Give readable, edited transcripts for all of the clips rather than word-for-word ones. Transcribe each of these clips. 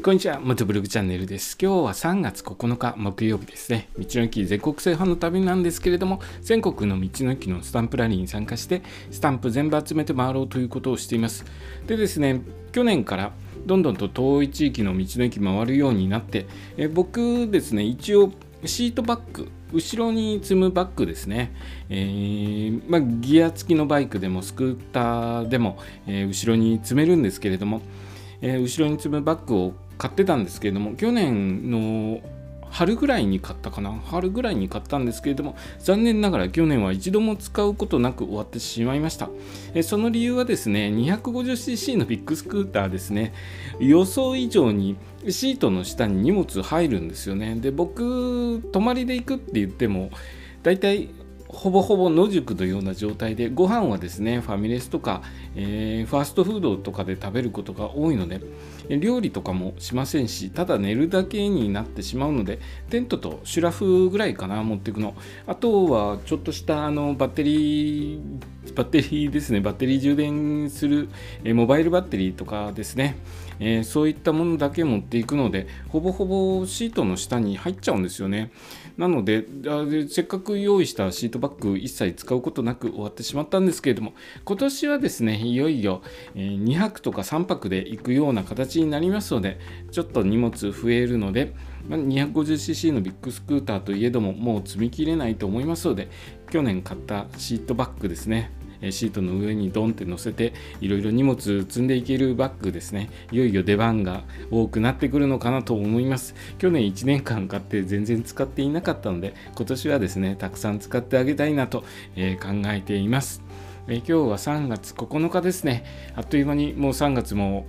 こんにちは、元ブログチャンネルです。今日は3月9日木曜日ですね。道の駅全国制覇の旅なんですけれども、全国の道の駅のスタンプラリーに参加して、スタンプ全部集めて回ろうということをしています。でですね、去年からどんどんと遠い地域の道の駅回るようになって、僕ですね、一応シートバッグ、後ろに積むバッグですね、ギア付きのバイクでもスクーターでも、後ろに積めるんですけれども、後ろに積むバッグを買ってたんですけれども、去年の春ぐらいに買ったんですけれども、残念ながら去年は一度も使うことなく終わってしまいました。その理由はですね、250cc のビッグスクーターですね、予想以上にシートの下に荷物入るんですよね。で、僕、泊まりで行くって言っても、だいたいほぼほぼ野宿のような状態で、ご飯はですねファミレスとか、ファーストフードとかで食べることが多いので、料理とかもしませんし、ただ寝るだけになってしまうので、テントとシュラフぐらいかな、持っていくの。あとはちょっとしたバッテリーですね、バッテリー充電するモバイルバッテリーとかですね、そういったものだけ持っていくので、ほぼほぼシートの下に入っちゃうんですよね。なので、せっかく用意したシートバッグ一切使うことなく終わってしまったんですけれども、今年はですね、いよいよ2泊とか3泊で行くような形になりますので、ちょっと荷物増えるので、250cc のビッグスクーターといえどももう積み切れないと思いますので、去年買ったシートバッグですね、シートの上にドンって乗せていろいろ荷物積んでいけるバッグですね、いよいよ出番が多くなってくるのかなと思います。去年1年間買って全然使っていなかったので、今年はですねたくさん使ってあげたいなと、考えています。今日は3月9日ですね。あっという間にもう3月も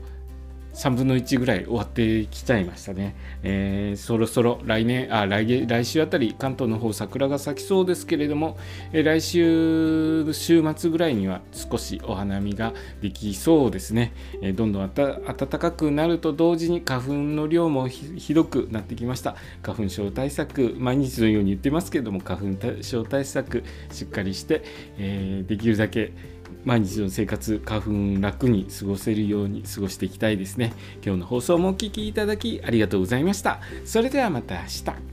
3分の1ぐらい終わってきちゃいましたね。そろそろ来週あたり関東の方桜が咲きそうですけれども、来週週末ぐらいには少しお花見ができそうですね。どんどん暖かくなると同時に花粉の量もひどくなってきました。花粉症対策、毎日のように言ってますけれども、花粉症対策しっかりして、できるだけ毎日の生活、花粉楽に過ごせるように過ごしていきたいですね。今日の放送もお聞きいただきありがとうございました。それではまた明日。